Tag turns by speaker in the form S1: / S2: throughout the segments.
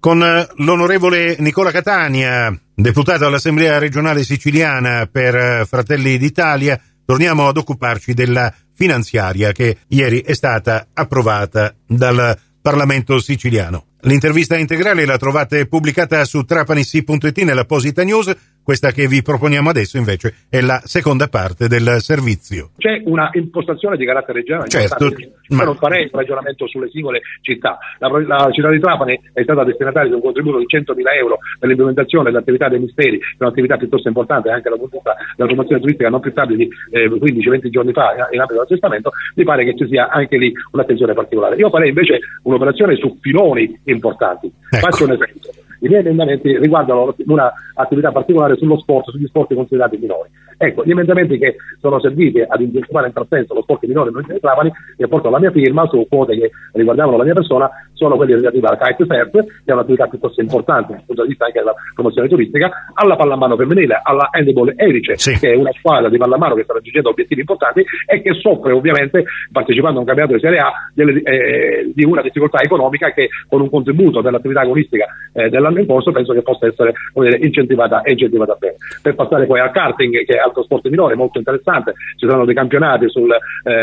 S1: Con l'onorevole Nicola Catania, deputato all'Assemblea regionale siciliana per Fratelli d'Italia, torniamo ad occuparci della finanziaria che ieri è stata approvata dal Parlamento siciliano. L'intervista integrale la trovate pubblicata su trapanissi.it nell'apposita news. Questa che vi proponiamo adesso invece è la seconda parte del servizio.
S2: C'è una impostazione di carattere regionale.
S1: Certo,
S2: ma non farei un ragionamento sulle singole città. La città di Trapani è stata destinataria di un contributo di 100.000 euro per l'implementazione dell'attività dei misteri, che è un'attività piuttosto importante anche dal punto di vista della promozione turistica non più tardi di 15-20 giorni fa in ambito dell'assestamento. Mi pare che ci sia anche lì un'attenzione particolare. Io farei invece un'operazione su filoni importanti.
S1: Ecco.
S2: Faccio un esempio. I miei emendamenti riguardano una attività particolare sullo sport, sugli sport considerati minori. Ecco, gli emendamenti che sono serviti ad incentivare in tal senso lo sport minore non si Trapani, che porto la mia firma su quote che riguardavano la mia persona, sono quelli relativi al kitesurf, che è un'attività piuttosto importante dal punto di vista anche della promozione turistica, alla pallamano femminile, alla handball Erice,
S1: sì,
S2: che è una squadra di pallamano che sta raggiungendo obiettivi importanti e che soffre ovviamente, partecipando a un campionato di Serie A, di una difficoltà economica che con un contributo dell'attività agonistica dell'anno in corso penso che possa essere incentivata bene. Per passare poi al karting, che è altro sport minore molto interessante, ci saranno dei campionati sulla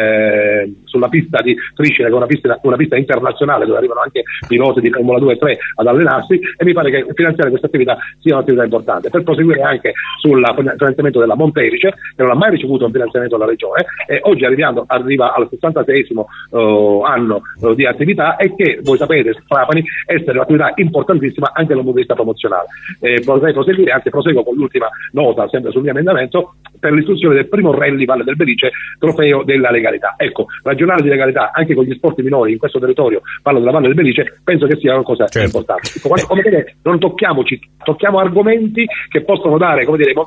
S2: pista di Triscina, che è una pista internazionale dove arrivano anche piloti di Formula 2 e 3 ad allenarsi, e mi pare che finanziare questa attività sia un'attività importante. Per proseguire anche sul finanziamento della Monterice, che non ha mai ricevuto un finanziamento dalla regione e oggi arriva al 66esimo anno di attività, e che voi sapete Trapani essere un'attività importantissima anche dal punto di vista promozionale. Vorrei proseguire, anzi proseguo con l'ultima nota sempre sul mio emendamento, per l'istituzione del primo rally Valle del Belice, trofeo della legalità. Ecco, ragionare di legalità anche con gli sport minori in questo territorio, parlo della Valle del Belice, penso che sia una cosa importante. Come dire, non tocchiamo argomenti che possono dare, come dire,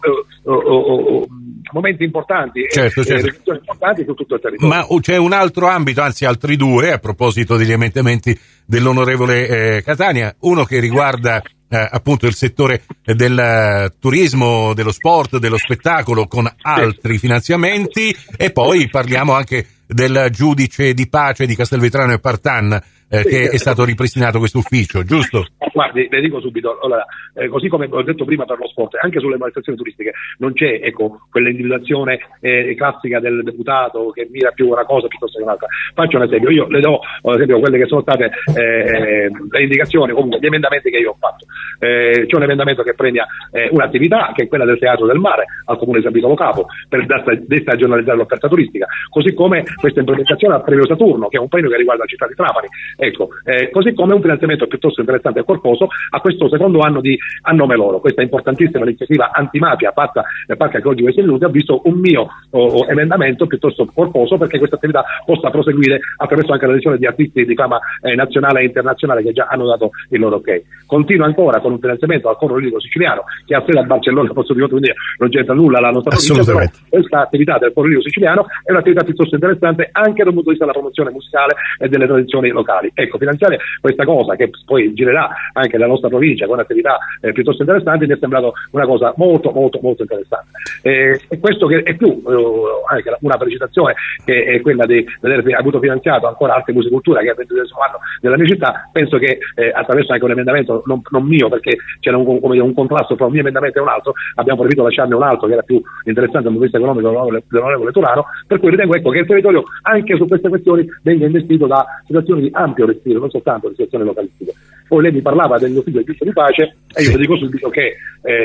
S2: momenti importanti e riflessioni importanti su tutto il territorio.
S1: Ma c'è un altro ambito, anzi altri due, a proposito degli emendamenti dell'onorevole Catania, uno che riguarda appunto il settore del turismo, dello sport, dello spettacolo, con altri finanziamenti, e poi parliamo anche del giudice di pace di Castelvetrano e Partanna, che è stato ripristinato questo ufficio, giusto?
S2: Guardi, le dico subito, allora, così come ho detto prima per lo sport, anche sulle manifestazioni turistiche non c'è, quell'individuazione classica del deputato che mira più una cosa piuttosto che un'altra. Faccio un esempio, io le do ad esempio quelle che sono state le indicazioni, comunque gli emendamenti che io ho fatto. C'è un emendamento che premia un'attività che è quella del Teatro del Mare al comune di San Vito Lo Capo per destagionalizzare l'offerta turistica, così come questa implementazione al premio Saturno, che è un premio che riguarda la città di Trapani, così come un finanziamento piuttosto interessante e corposo a questo secondo anno di A Nome Loro. Questa importantissima iniziativa antimafia fatta nel Parco Archeologico di Senuti ha visto un mio emendamento piuttosto corposo perché questa attività possa proseguire attraverso anche la lezione di artisti di fama nazionale e internazionale che già hanno dato il loro ok. Continua ancora con un finanziamento al Coro Lirico Siciliano, che ha sede a Barcellona, posso dire, quindi non c'entra nulla la nostra provincia, però questa attività del Coro Lirico Siciliano è un'attività piuttosto interessante anche dal punto di vista della promozione musicale e delle tradizioni locali. Ecco, finanziare questa cosa che poi girerà anche nella nostra provincia con attività piuttosto interessanti mi è sembrato una cosa molto molto molto interessante. E questo che è più anche una precisazione che è quella di aver avuto finanziato ancora Arte e Musicultura, che è il 22esimo anno della mia città. Penso che attraverso anche un emendamento non mio, perché c'era un contrasto tra un mio emendamento e un altro, abbiamo preferito lasciarne un altro che era più interessante dal punto di vista economico dell'onorevole Turano, per cui ritengo che il territorio anche su queste questioni venga investito da situazioni di ampio respiro, non soltanto di situazioni localistiche. Poi lei mi parlava degli uffici del giudice di pace e io dico subito che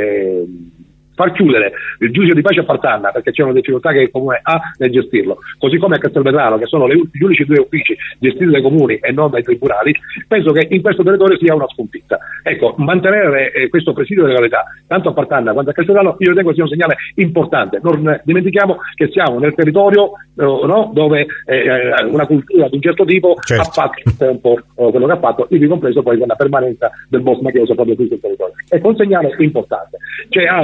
S2: far chiudere il giudice di pace a Partanna perché c'è una difficoltà che il comune ha nel gestirlo, così come a Castelvetrano, che sono gli unici due uffici gestiti dai comuni e non dai tribunali, penso che in questo territorio sia una sconfitta. Ecco, mantenere questo presidio della legalità tanto a Partanna quanto a Castelvetrano io ritengo sia un segnale importante. Non dimentichiamo che siamo nel territorio dove una cultura di un certo tipo ha fatto un po' quello che ha fatto, ivi compreso poi quella permanenza del boss mafioso proprio qui sul territorio. Ecco, un segnale importante. C'è anche da sostenere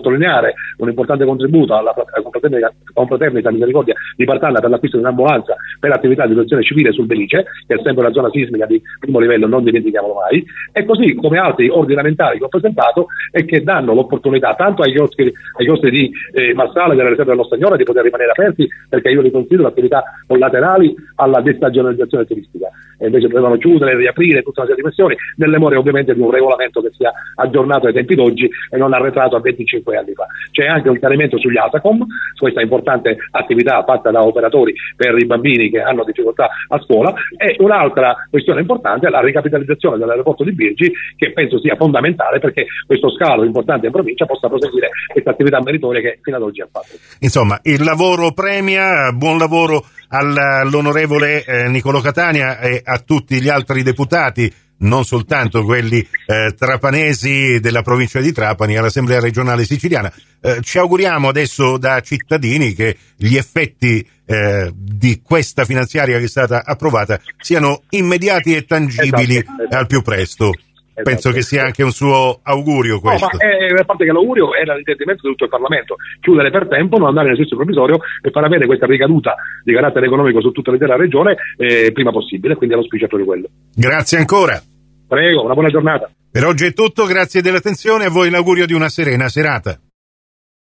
S2: sottolineare un importante contributo alla confraternita Misericordia di Partanna per l'acquisto di un'ambulanza per attività di protezione civile sul Belice, che è sempre la zona sismica di primo livello, non dimentichiamolo mai, e così come altri ordinamentali che ho presentato e che danno l'opportunità tanto ai chioschi di Marsala della riserva dello Stagnone di poter rimanere aperti, perché io li considero attività collaterali alla destagionalizzazione turistica, e invece dovevano chiudere, riaprire, tutta una serie di questioni, nelle more ovviamente di un regolamento che sia aggiornato ai tempi d'oggi e non arretrato a 25 anni fa. C'è anche un chiarimento sugli ASACOM, su questa importante attività fatta da operatori per i bambini che hanno difficoltà a scuola, e un'altra questione importante è la ricapitalizzazione dell'aeroporto di Birgi, che penso sia fondamentale perché questo scalo importante in provincia possa proseguire questa attività meritoria che fino ad oggi ha fatto.
S1: Insomma, il lavoro premia, buon lavoro all'onorevole Nicolò Catania e a tutti gli altri deputati, non soltanto quelli trapanesi della provincia di Trapani, all'Assemblea regionale siciliana. Ci auguriamo adesso da cittadini che gli effetti di questa finanziaria che è stata approvata siano immediati e tangibili al più presto. Penso che sia anche un suo augurio questo.
S2: No, ma a parte che l'augurio era l'intendimento di tutto il Parlamento, chiudere per tempo, non andare nel senso provvisorio e far avere questa ricaduta di carattere economico su tutta l'intera regione prima possibile, quindi l'auspicio è proprio quello.
S1: Grazie ancora.
S2: Prego, una buona giornata.
S1: Per oggi è tutto, grazie dell'attenzione, a voi l'augurio di una serena serata.